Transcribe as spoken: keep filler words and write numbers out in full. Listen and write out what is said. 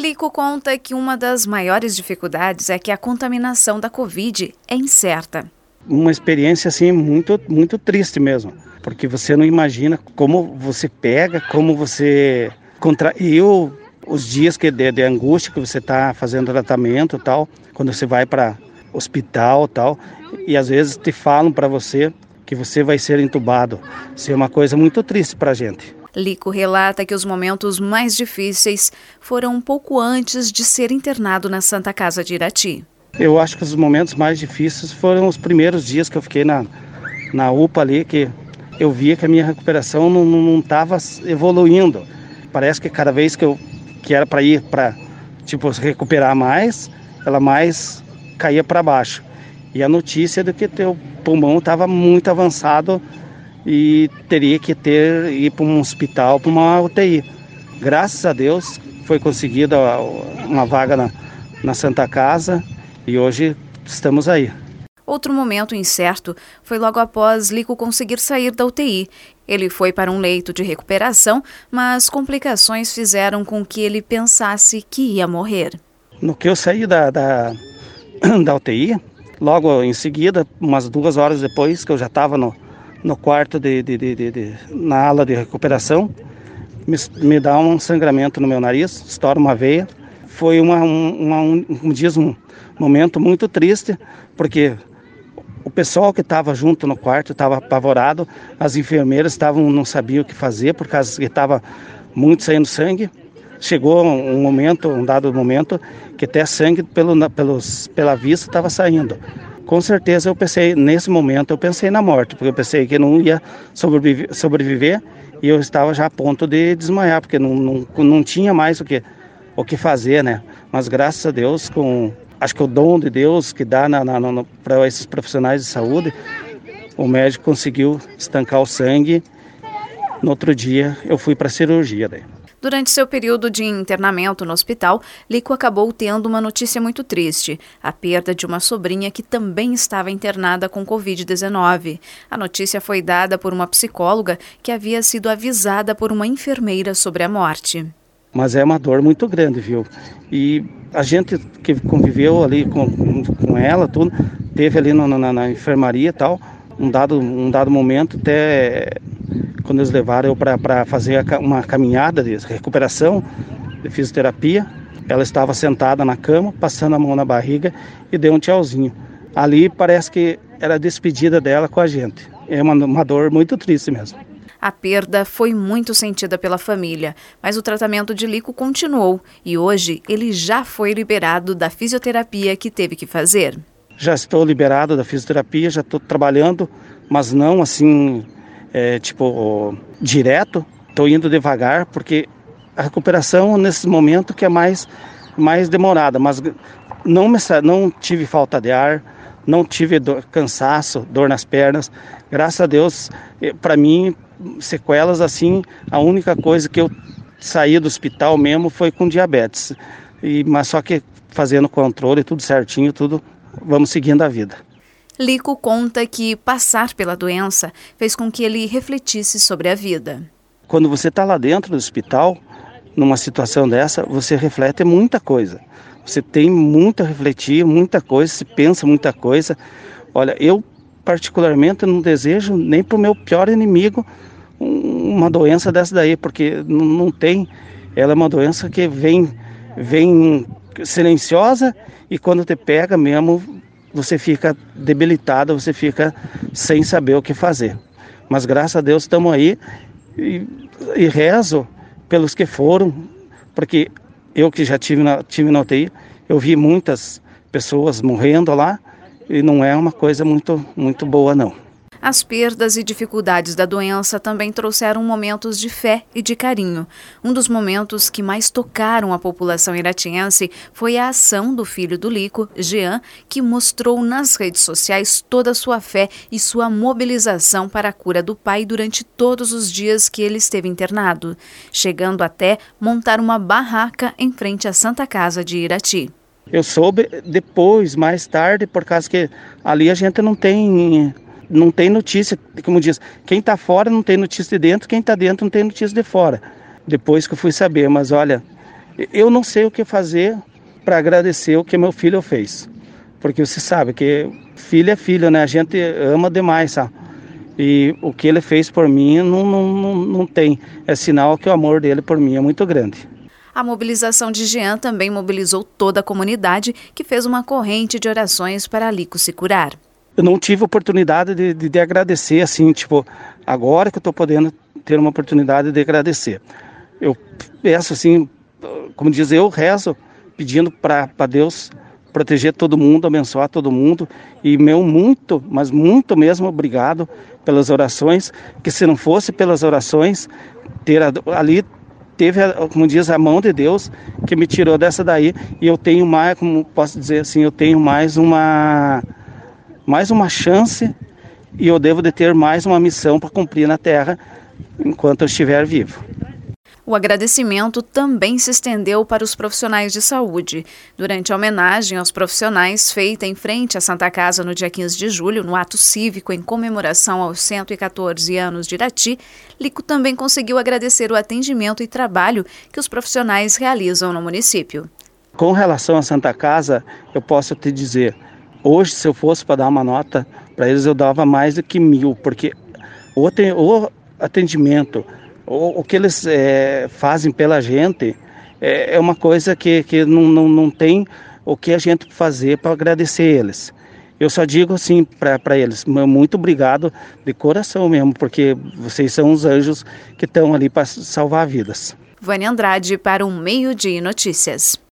Lico conta que uma das maiores dificuldades é que a contaminação da Covid é incerta. Uma experiência assim muito, muito triste mesmo, porque você não imagina como você pega, como você contraiu os dias que de, de angústia que você está fazendo tratamento e tal, quando você vai para hospital e tal, e às vezes te falam para você que você vai ser entubado. Isso é uma coisa muito triste para a gente. Lico relata que os momentos mais difíceis foram um pouco antes de ser internado na Santa Casa de Irati. Eu acho que os momentos mais difíceis foram os primeiros dias que eu fiquei na, na U P A ali, que eu via que a minha recuperação não estava evoluindo. Parece que cada vez que eu que era para ir para tipo, recuperar mais, ela mais caía para baixo. E a notícia de que teu pulmão estava muito avançado e teria que ter ir para um hospital, para uma U T I. Graças a Deus foi conseguida uma vaga na, na Santa Casa e hoje estamos aí. Outro momento incerto foi logo após Lico conseguir sair da U T I. Ele foi para um leito de recuperação, mas complicações fizeram com que ele pensasse que ia morrer. No que eu saí da, da, da U T I, logo em seguida, umas duas horas depois que eu já estava no, no quarto, de, de, de, de, de, na ala de recuperação, me, me dá um sangramento no meu nariz, estoura uma veia. Foi uma, uma, um, um, diz, um momento muito triste, porque o pessoal que estava junto no quarto estava apavorado, as enfermeiras estavam, não sabiam o que fazer, por causa que estava muito saindo sangue. Chegou um momento, um dado momento, que até sangue pelo, pelos, pela vista estava saindo. Com certeza eu pensei, nesse momento, eu pensei na morte, porque eu pensei que não ia sobreviver, sobreviver e eu estava já a ponto de desmaiar, porque não, não, não tinha mais o que, o que fazer, né? Mas graças a Deus, com... acho que o dom de Deus que dá para esses profissionais de saúde, o médico conseguiu estancar o sangue. No outro dia, eu fui para a cirurgia. Daí. Durante seu período de internamento no hospital, Lico acabou tendo uma notícia muito triste, a perda de uma sobrinha que também estava internada com covid dezenove. A notícia foi dada por uma psicóloga que havia sido avisada por uma enfermeira sobre a morte. Mas é uma dor muito grande, viu? E a gente que conviveu ali com, com ela, tudo, teve ali no, na, na enfermaria e tal, um dado, um dado momento, até quando eles levaram eu para fazer uma caminhada de recuperação, de fisioterapia, ela estava sentada na cama, passando a mão na barriga e deu um tchauzinho. Ali parece que era a despedida dela com a gente. É uma, uma dor muito triste mesmo. A perda foi muito sentida pela família, mas o tratamento de Lico continuou e hoje ele já foi liberado da fisioterapia que teve que fazer. Já estou liberado da fisioterapia, já estou trabalhando, mas não assim, é, tipo, direto. Estou indo devagar, porque a recuperação nesse momento que é mais, mais demorada, mas não, me, não tive falta de ar, não tive dor, cansaço, dor nas pernas. Graças a Deus, para mim, sequelas assim, a única coisa que eu saí do hospital mesmo foi com diabetes. E, mas só que fazendo controle, tudo certinho, tudo, vamos seguindo a vida. Lico conta que passar pela doença fez com que ele refletisse sobre a vida. Quando você está lá dentro do hospital, numa situação dessa, você reflete muita coisa. Você tem muito a refletir, muita coisa, se pensa muita coisa. Olha, eu particularmente não desejo nem para o meu pior inimigo uma doença dessa daí, porque não tem, ela é uma doença que vem, vem silenciosa e quando te pega mesmo, você fica debilitado, você fica sem saber o que fazer. Mas graças a Deus estamos aí e, e rezo pelos que foram, porque eu que já tive na, tive na U T I, eu vi muitas pessoas morrendo lá e não é uma coisa muito, muito boa não. As perdas e dificuldades da doença também trouxeram momentos de fé e de carinho. Um dos momentos que mais tocaram a população iratiense foi a ação do filho do Lico, Jean, que mostrou nas redes sociais toda a sua fé e sua mobilização para a cura do pai durante todos os dias que ele esteve internado, chegando até montar uma barraca em frente à Santa Casa de Irati. Eu soube depois, mais tarde, por causa que ali a gente não tem... Não tem notícia, como diz, quem está fora não tem notícia de dentro, quem está dentro não tem notícia de fora. Depois que eu fui saber, mas olha, Eu não sei o que fazer para agradecer o que meu filho fez, porque você sabe que filho é filho, né? A gente ama demais, sabe? E o que ele fez por mim não, não, não, não tem. É sinal que o amor dele por mim é muito grande. A mobilização de Jean também mobilizou toda a comunidade, que fez uma corrente de orações para Lico se curar. Eu não tive oportunidade de, de, de agradecer, assim, tipo, agora que eu estou podendo ter uma oportunidade de agradecer. Eu peço, assim, como diz, eu rezo pedindo para Deus proteger todo mundo, abençoar todo mundo. E meu muito, mas muito mesmo obrigado pelas orações, que se não fosse pelas orações, ter ali... teve, como diz, a mão de Deus que me tirou dessa daí, e eu tenho mais, como posso dizer assim, eu tenho mais uma, mais uma chance, e eu devo de ter mais uma missão para cumprir na Terra enquanto eu estiver vivo. O agradecimento também se estendeu para os profissionais de saúde. Durante a homenagem aos profissionais feita em frente à Santa Casa no dia quinze de julho, no ato cívico em comemoração aos cento e quatorze anos de Irati, Lico também conseguiu agradecer o atendimento e trabalho que os profissionais realizam no município. Com relação à Santa Casa, eu posso te dizer, hoje se eu fosse para dar uma nota para eles, eu dava mais do que mil, porque o atendimento, o, o que eles é, fazem pela gente é, é uma coisa que, que não, não, não tem o que a gente fazer para agradecer eles. Eu só digo assim para eles, muito obrigado de coração mesmo, porque vocês são os anjos que estão ali para salvar vidas. Vânia Andrade para o Meio Dia Notícias.